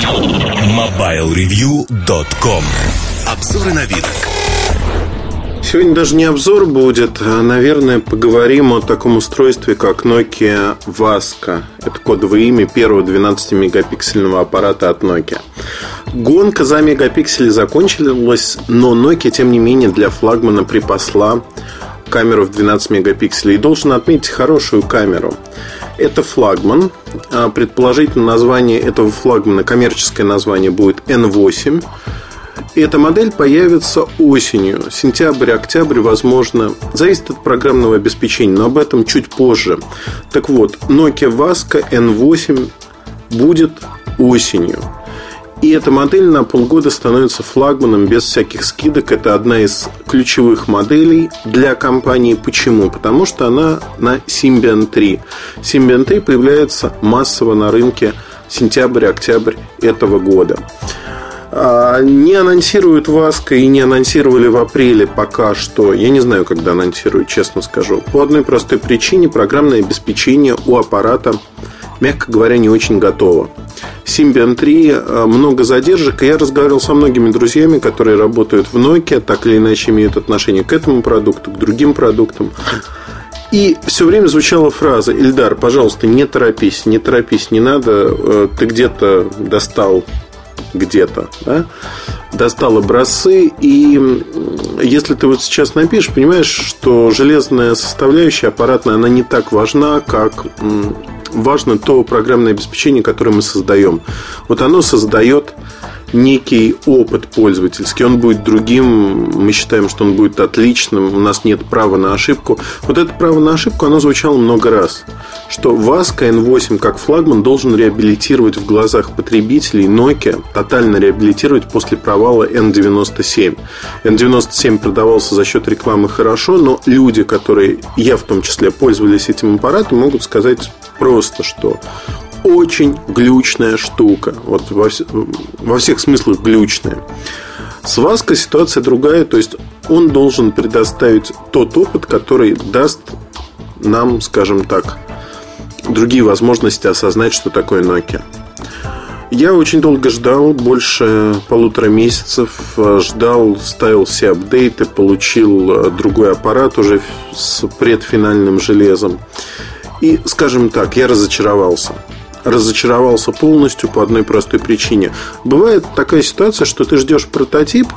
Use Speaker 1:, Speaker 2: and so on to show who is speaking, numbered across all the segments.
Speaker 1: MobileReview.com. Обзоры новинок.
Speaker 2: Сегодня даже не обзор будет, а, наверное, поговорим о таком устройстве, как Nokia Vasco. Это кодовое имя первого 12-мегапиксельного аппарата от Nokia. Гонка за мегапиксели закончилась, но Nokia, тем не менее, для флагмана припасла камеру в 12 мегапикселей. И должен отметить хорошую камеру. Это флагман. Предположительно, название этого флагмана, коммерческое название будет N8. И эта модель появится осенью. Сентябрь, октябрь, возможно. Зависит от программного обеспечения, но об этом чуть позже. Так вот, Nokia Vasco N8 будет осенью. И эта модель на полгода становится флагманом без всяких скидок. Это одна из ключевых моделей для компании. Почему? Потому что она на Symbian 3. Symbian 3 появляется массово на рынке сентябрь-октябрь этого года. Не анонсируют Vasco и не анонсировали в апреле пока что. Я не знаю, когда анонсируют, честно скажу. По одной простой причине: программное обеспечение у аппарата, мягко говоря, не очень готово. Symbian 3 много задержек. Я разговаривал со многими друзьями, которые работают в Nokia, так или иначе имеют отношение к этому продукту, к другим продуктам. И все время звучала фраза: Ильдар, пожалуйста, не торопись, не надо. Ты где-то достал достал образцы. И если ты вот сейчас напишешь, понимаешь, что железная составляющая аппаратная, она не так важна, как важно то программное обеспечение, которое мы создаем. Вот оно создает некий опыт пользовательский. Он будет другим. Мы считаем, что он будет отличным. У нас нет права на ошибку. Вот это право на ошибку, оно звучало много раз. Что Vasco N8 как флагман должен реабилитировать в глазах потребителей Nokia, тотально реабилитировать после провала N97. N97 продавался за счет рекламы хорошо, но люди, которые, я в том числе, пользовались этим аппаратом, могут сказать просто, что очень глючная штука. Вот во всех смыслах глючная. С Vasco ситуация другая. То есть он должен предоставить тот опыт, который даст нам, скажем так, другие возможности осознать, что такое Nokia. Я очень долго ждал, больше 1,5 месяцев. Ждал, ставил все апдейты, получил другой аппарат уже с предфинальным железом. И, скажем так, я разочаровался. Разочаровался полностью по одной простой причине. Бывает такая ситуация, что ты ждешь прототип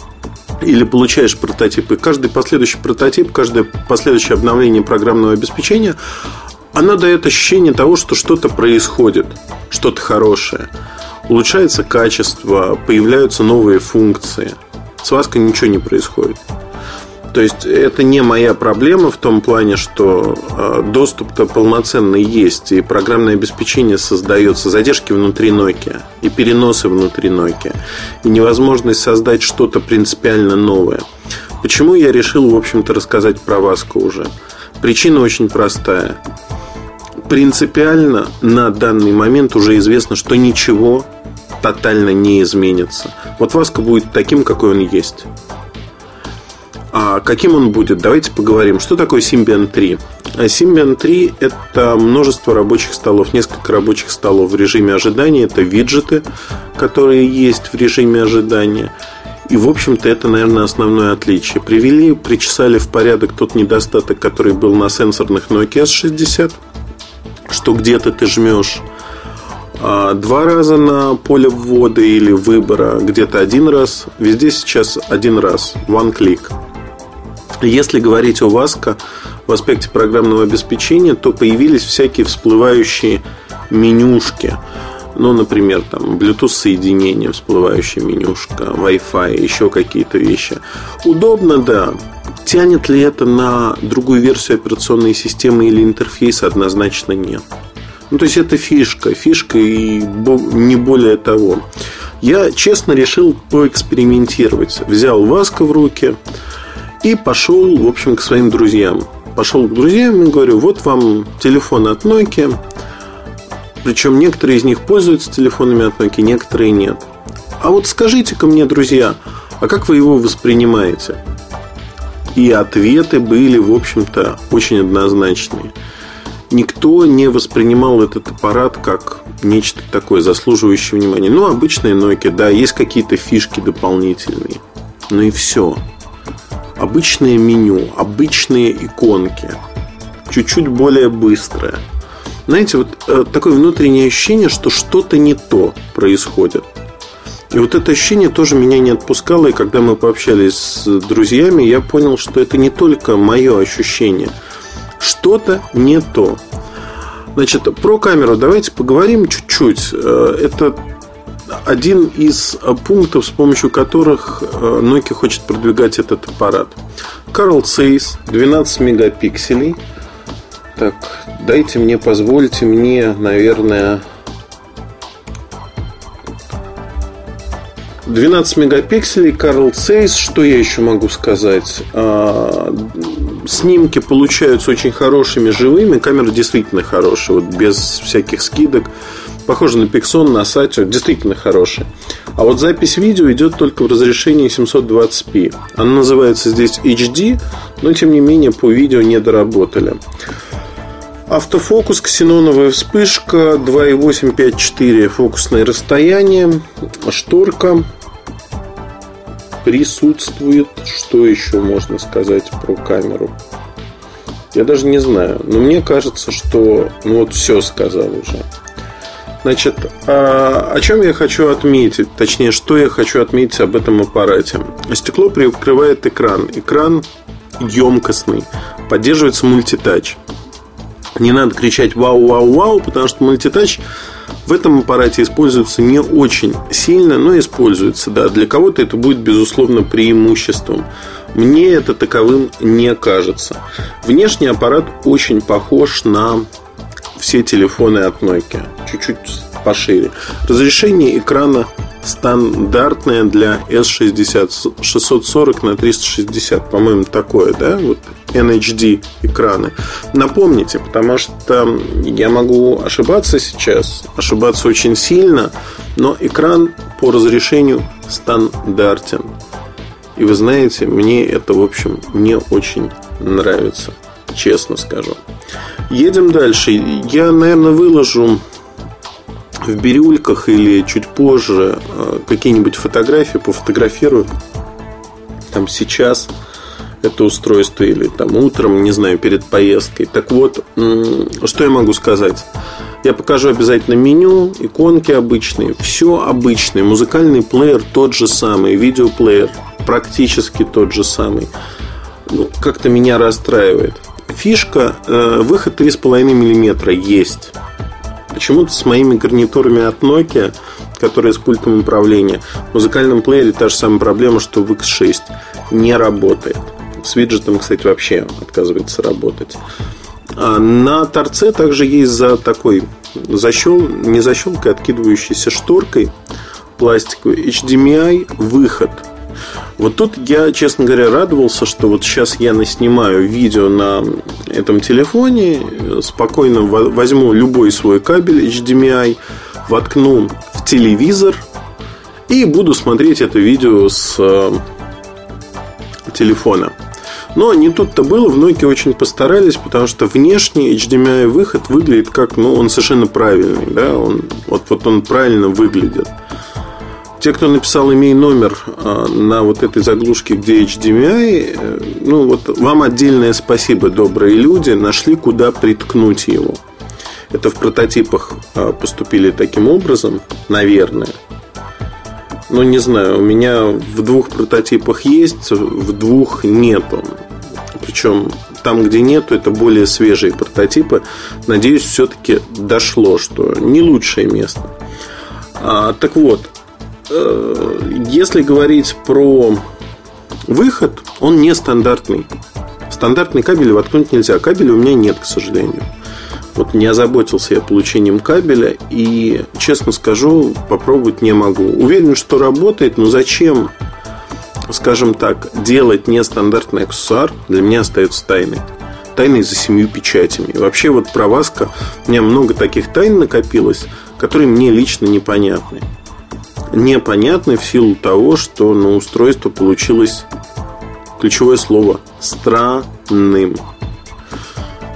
Speaker 2: или получаешь прототип, и каждый последующий прототип, каждое последующее обновление программного обеспечения, оно дает ощущение того, что что-то происходит, что-то хорошее. Улучшается качество, появляются новые функции. С Vasco ничего не происходит. То есть это не моя проблема в том плане, что доступ-то полноценный есть, и программное обеспечение создается, задержки внутри Nokia и переносы внутри Nokia, и невозможность создать что-то принципиально новое. Почему я решил, в общем-то, рассказать про Vasco уже? Причина очень простая. Принципиально на данный момент уже известно, что ничего тотально не изменится. Вот Vasco будет таким, какой он есть. А каким он будет? Давайте поговорим. Что такое Symbian 3? Symbian 3 – это множество рабочих столов, несколько рабочих столов в режиме ожидания. Это виджеты, которые есть в режиме ожидания. И, в общем-то, это, наверное, основное отличие. Причесали в порядок тот недостаток, который был на сенсорных Nokia S60, что где-то ты жмешь 2 раза на поле ввода или выбора, где-то 1 раз. Везде сейчас 1 раз, one click. Если говорить о Vasco в аспекте программного обеспечения, то появились всякие всплывающие менюшки. Ну, например, там Bluetooth-соединение, всплывающая менюшка, Wi-Fi, еще какие-то вещи. Удобно, да. Тянет ли это на другую версию операционной системы или интерфейса? Однозначно нет. Ну, то есть это фишка и не более того. Я честно решил поэкспериментировать. Взял Vasco в руки и пошел, в общем, к своим друзьям. Пошел к друзьям и говорю: вот вам телефон от Nokia. Причем некоторые из них пользуются телефонами от Nokia, некоторые нет. А вот скажите-ка мне, друзья, а как вы его воспринимаете? И ответы были, в общем-то, очень однозначные. никто не воспринимал этот аппарат как нечто такое заслуживающее внимания. Ну, обычная Nokia, да, есть какие-то фишки дополнительные. Ну и все. Обычное меню, обычные иконки, чуть-чуть более быстрое. Знаете, вот такое внутреннее ощущение, что что-то не то происходит. И вот это ощущение тоже меня не отпускало. И когда мы пообщались с друзьями, я понял, что это не только мое ощущение. Что-то не то. Значит, про камеру давайте поговорим чуть-чуть. Это один из пунктов, с помощью которых Nokia хочет продвигать этот аппарат. Carl Zeiss, 12 мегапикселей. Так, позвольте мне, наверное, 12 мегапикселей, Carl Zeiss. Что я еще могу сказать? Снимки получаются очень хорошими, живыми. Камера действительно хорошая, вот без всяких скидок. Похоже на Pixon, на Satio. Действительно хорошая. А вот запись видео идет только в разрешении 720p. Она называется здесь HD, но тем не менее по видео не доработали. Автофокус, ксеноновая вспышка, 2.854 фокусное расстояние, шторка присутствует. Что еще можно сказать про камеру? Я даже не знаю. Но мне кажется, что все сказал уже. Значит, о чем я хочу отметить? Точнее, что я хочу отметить об этом аппарате. Стекло прикрывает экран. Экран емкостный. Поддерживается мультитач. Не надо кричать «вау-вау-вау», потому что мультитач в этом аппарате используется не очень сильно, но используется, да. Для кого-то это будет, безусловно, преимуществом. Мне это таковым не кажется. Внешний аппарат очень похож на все телефоны от Nokia. Чуть-чуть пошире. Разрешение экрана стандартное для S60 640 на 360, по-моему, такое, да, вот NHD экраны. Напомните, потому что я могу ошибаться сейчас, ошибаться очень сильно, но экран по разрешению стандартен. И вы знаете, мне это, в общем, не очень нравится, честно скажу. Едем дальше. Я, наверное, выложу в бирюльках или чуть позже какие-нибудь фотографии, пофотографирую там сейчас это устройство или там утром, не знаю, перед поездкой. Так вот, что я могу сказать? Я покажу обязательно меню, иконки обычные, все обычное. Музыкальный плеер тот же самый, видеоплеер практически тот же самый. Как-то меня расстраивает. Фишка, выход 3,5 мм есть. Почему-то с моими гарнитурами от Nokia, которые с пультом управления, в музыкальном плеере та же самая проблема, что в X6 не работает. С виджетом, кстати, вообще отказывается работать. А на торце также есть за такой не защелкой, откидывающейся шторкой пластиковой HDMI выход. Вот тут я, честно говоря, радовался, что вот сейчас я наснимаю видео на этом телефоне, спокойно возьму любой свой кабель HDMI, воткну в телевизор и буду смотреть это видео с телефона. Но не тут-то было, в Nokia очень постарались, потому что внешний HDMI выход выглядит как, он совершенно правильный, да, он правильно выглядит. Те, кто написал имей номер на вот этой заглушке, где HDMI, вам отдельное спасибо, добрые люди, нашли, куда приткнуть его. Это в прототипах поступили таким образом, наверное. Но не знаю, у меня в 2 прототипах есть, в 2 нету. Причем там, где нету, это более свежие прототипы. Надеюсь, все-таки дошло, что не лучшее место. Так вот, если говорить про выход, он не стандартный. Стандартный кабель воткнуть нельзя. Кабеля у меня нет, к сожалению. Не озаботился я получением кабеля. И, честно скажу, попробовать не могу. Уверен, что работает, но зачем, скажем так, делать нестандартный аксессуар, для меня остается тайной. Тайной за 7 печатями. И вообще про Васка у меня много таких тайн накопилось, которые мне лично непонятны. Непонятны в силу того, что на устройство получилось, ключевое слово, странным.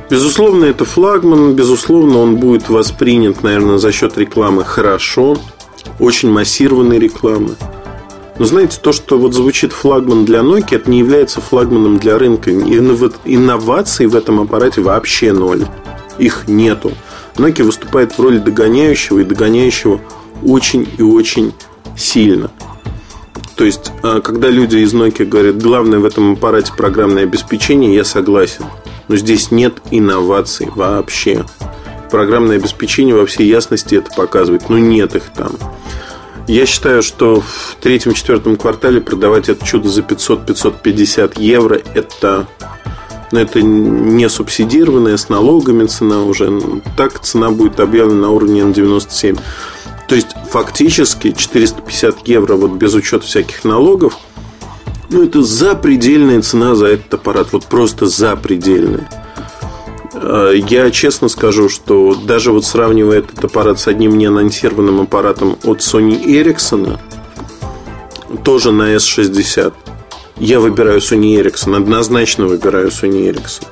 Speaker 2: Безусловно, это флагман. Безусловно, он будет воспринят, наверное, за счет рекламы хорошо. Очень массированной рекламы. Но знаете, то, что вот звучит флагман для Nokia, это не является флагманом для рынка. Инноваций в этом аппарате вообще ноль. Их нету. Nokia выступает в роли догоняющего, и догоняющего очень и очень сильно. То есть, когда люди из Nokia говорят, главное в этом аппарате программное обеспечение, я согласен. Но здесь нет инноваций вообще. Программное обеспечение во всей ясности это показывает. Но нет их там. Я считаю, что в 3-4 квартале продавать это чудо за 500-550 евро это не субсидированная, с налогами цена уже. Так цена будет объявлена на уровне N97. То есть фактически 450 евро вот без учета всяких налогов. Это запредельная цена за этот аппарат. Вот просто запредельная. Я честно скажу, что даже вот сравнивая этот аппарат с одним неанонсированным аппаратом от Sony Ericsson, тоже на S60, я выбираю Sony Ericsson. Однозначно выбираю Sony Ericsson.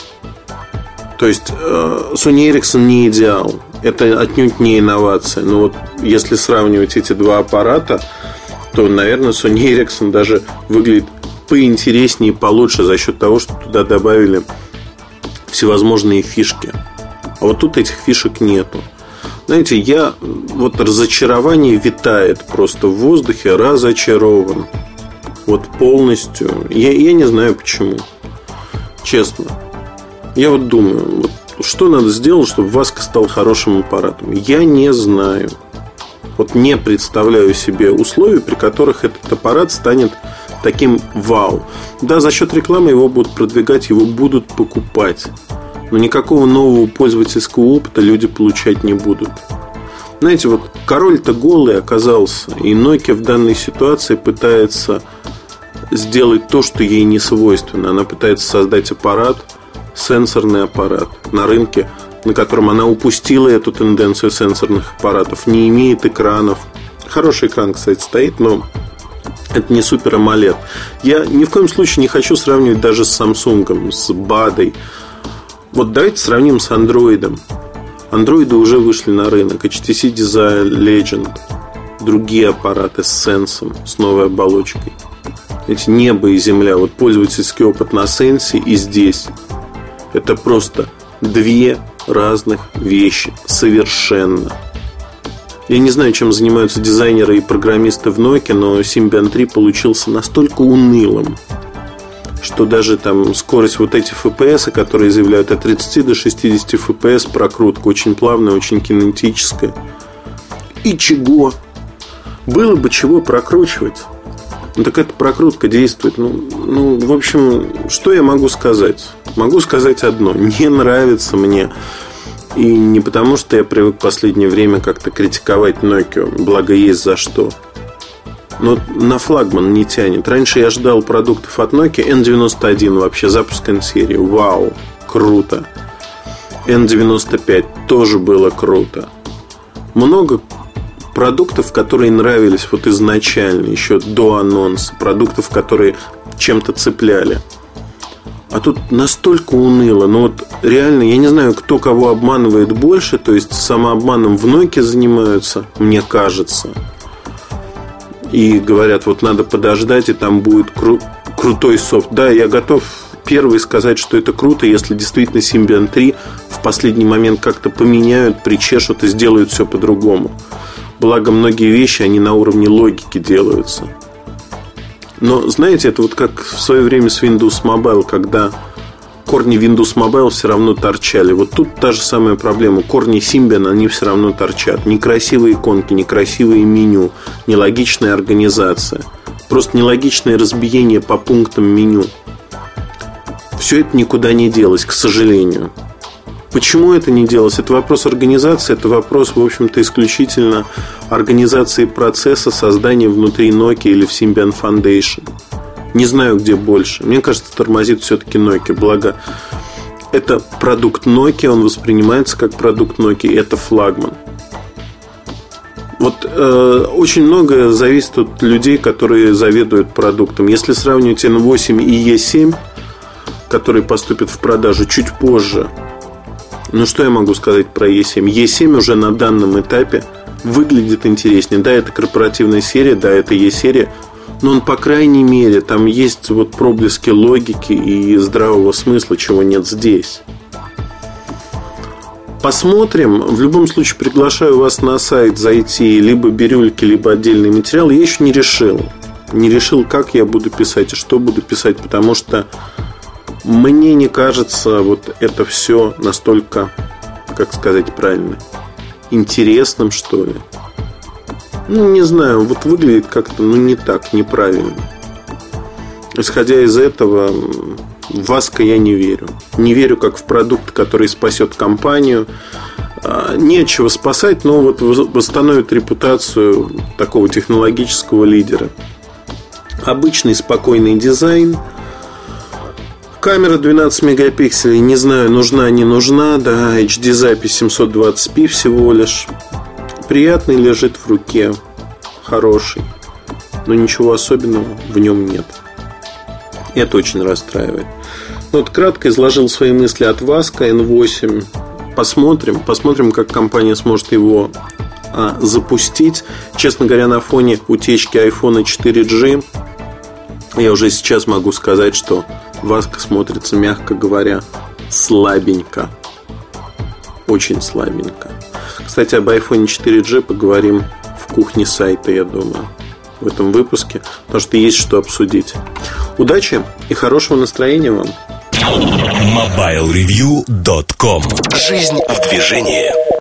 Speaker 2: То есть Sony Ericsson не идеал. Это отнюдь не инновация. Но вот если сравнивать эти два аппарата, то, наверное, Sony Ericsson даже выглядит поинтереснее и получше за счет того, что туда добавили всевозможные фишки. А вот тут этих фишек нету. Знаете, вот разочарование витает просто в воздухе. Разочарован. Вот полностью. Я не знаю почему. Честно. Я вот думаю, что надо сделать, чтобы Васка стал хорошим аппаратом. Я не знаю. Вот не представляю себе условий, при которых этот аппарат станет таким вау. Да, за счет рекламы его будут продвигать, его будут покупать. Но никакого нового пользовательского опыта люди получать не будут. Знаете, вот король-то голый оказался. И Nokia в данной ситуации пытается сделать то, что ей не свойственно. Она пытается создать аппарат, сенсорный аппарат на рынке, на котором она упустила эту тенденцию сенсорных аппаратов. Не имеет экранов. Хороший экран, кстати, стоит, но это не супер AMOLED. Я ни в коем случае не хочу сравнивать даже с Samsung, с BAD. Вот давайте сравним с Android. Андроиды уже вышли на рынок. HTC Desire Legend, другие аппараты с сенсом, с новой оболочкой. Эти небо и земля. Вот пользовательский опыт на сенсе и здесь. Это просто две разных вещи. Совершенно. Я не знаю, чем занимаются дизайнеры и программисты в Nokia, но Symbian 3 получился настолько унылым, что даже там скорость вот эти FPS, которые заявляют от 30 до 60 FPS, прокрутка очень плавная, очень кинетическая. И чего? Было бы чего прокручивать. Так эта прокрутка действует. В общем, что я могу сказать? Могу сказать одно. Не нравится мне. И не потому, что я привык в последнее время как-то критиковать Nokia, благо есть за что. Но на флагман не тянет. Раньше я ждал продуктов от Nokia. N91 вообще, запуск N-серии. Вау, круто. N95 тоже было круто. Много продуктов, которые нравились вот изначально, еще до анонса. Продуктов, которые чем-то цепляли. А тут настолько уныло. Но вот реально, я не знаю, кто кого обманывает больше. То есть самообманом в Nokia занимаются, мне кажется. И говорят, вот надо подождать, и там будет крутой софт. Да, я готов первый сказать, что это круто, если действительно Symbian 3 в последний момент как-то поменяют, причешут и сделают все по-другому. Благо, многие вещи, они на уровне логики делаются. Но, знаете, это вот как в свое время с Windows Mobile, когда корни Windows Mobile все равно торчали. Вот тут та же самая проблема. Корни Symbian, они все равно торчат. Некрасивые иконки, некрасивые меню, нелогичная организация. Просто нелогичное разбиение по пунктам меню. Все это никуда не делось, к сожалению. Почему это не делалось? Это вопрос организации, это вопрос, в общем-то, исключительно организации процесса создания внутри Nokia или в Symbian Foundation. Не знаю, где больше. Мне кажется, тормозит все-таки Nokia. Благо, это продукт Nokia, он воспринимается как продукт Nokia, это флагман. Вот очень многое зависит от людей, которые заведуют продуктом. Если сравнивать N8 и E7, который поступит в продажу чуть позже. Ну, что я могу сказать про E7? E7 уже на данном этапе выглядит интереснее. Да, это корпоративная серия, да, это E-серия, но он, по крайней мере, там есть вот проблески логики и здравого смысла, чего нет здесь. Посмотрим. В любом случае, приглашаю вас на сайт зайти, либо бирюльки, либо отдельный материал. Я еще не решил. Не решил, как я буду писать и что буду писать, потому что мне не кажется вот это все настолько, как сказать правильно, интересным, что ли. Ну, не знаю, вот выглядит как-то, ну, не так, неправильно. Исходя из этого, в Васко я не верю. Не верю как в продукт, который спасет компанию. Нечего спасать, но вот восстановит репутацию такого технологического лидера. Обычный спокойный дизайн. Камера 12 мегапикселей, не знаю, нужна, не нужна. Да, HD-запись 720p всего лишь. Приятный, лежит в руке. Хороший. Но ничего особенного в нем нет. Это очень расстраивает. Вот кратко изложил свои мысли от Васко N8. Посмотрим, как компания сможет его запустить. Честно говоря, на фоне утечки iPhone 4G я уже сейчас могу сказать, что Васко смотрится, мягко говоря, слабенько. Очень слабенько. Кстати, об iPhone 4G поговорим в кухне сайта, я думаю, в этом выпуске, потому что есть что обсудить. Удачи и хорошего настроения вам.
Speaker 1: MobileReview.com. Жизнь в движении.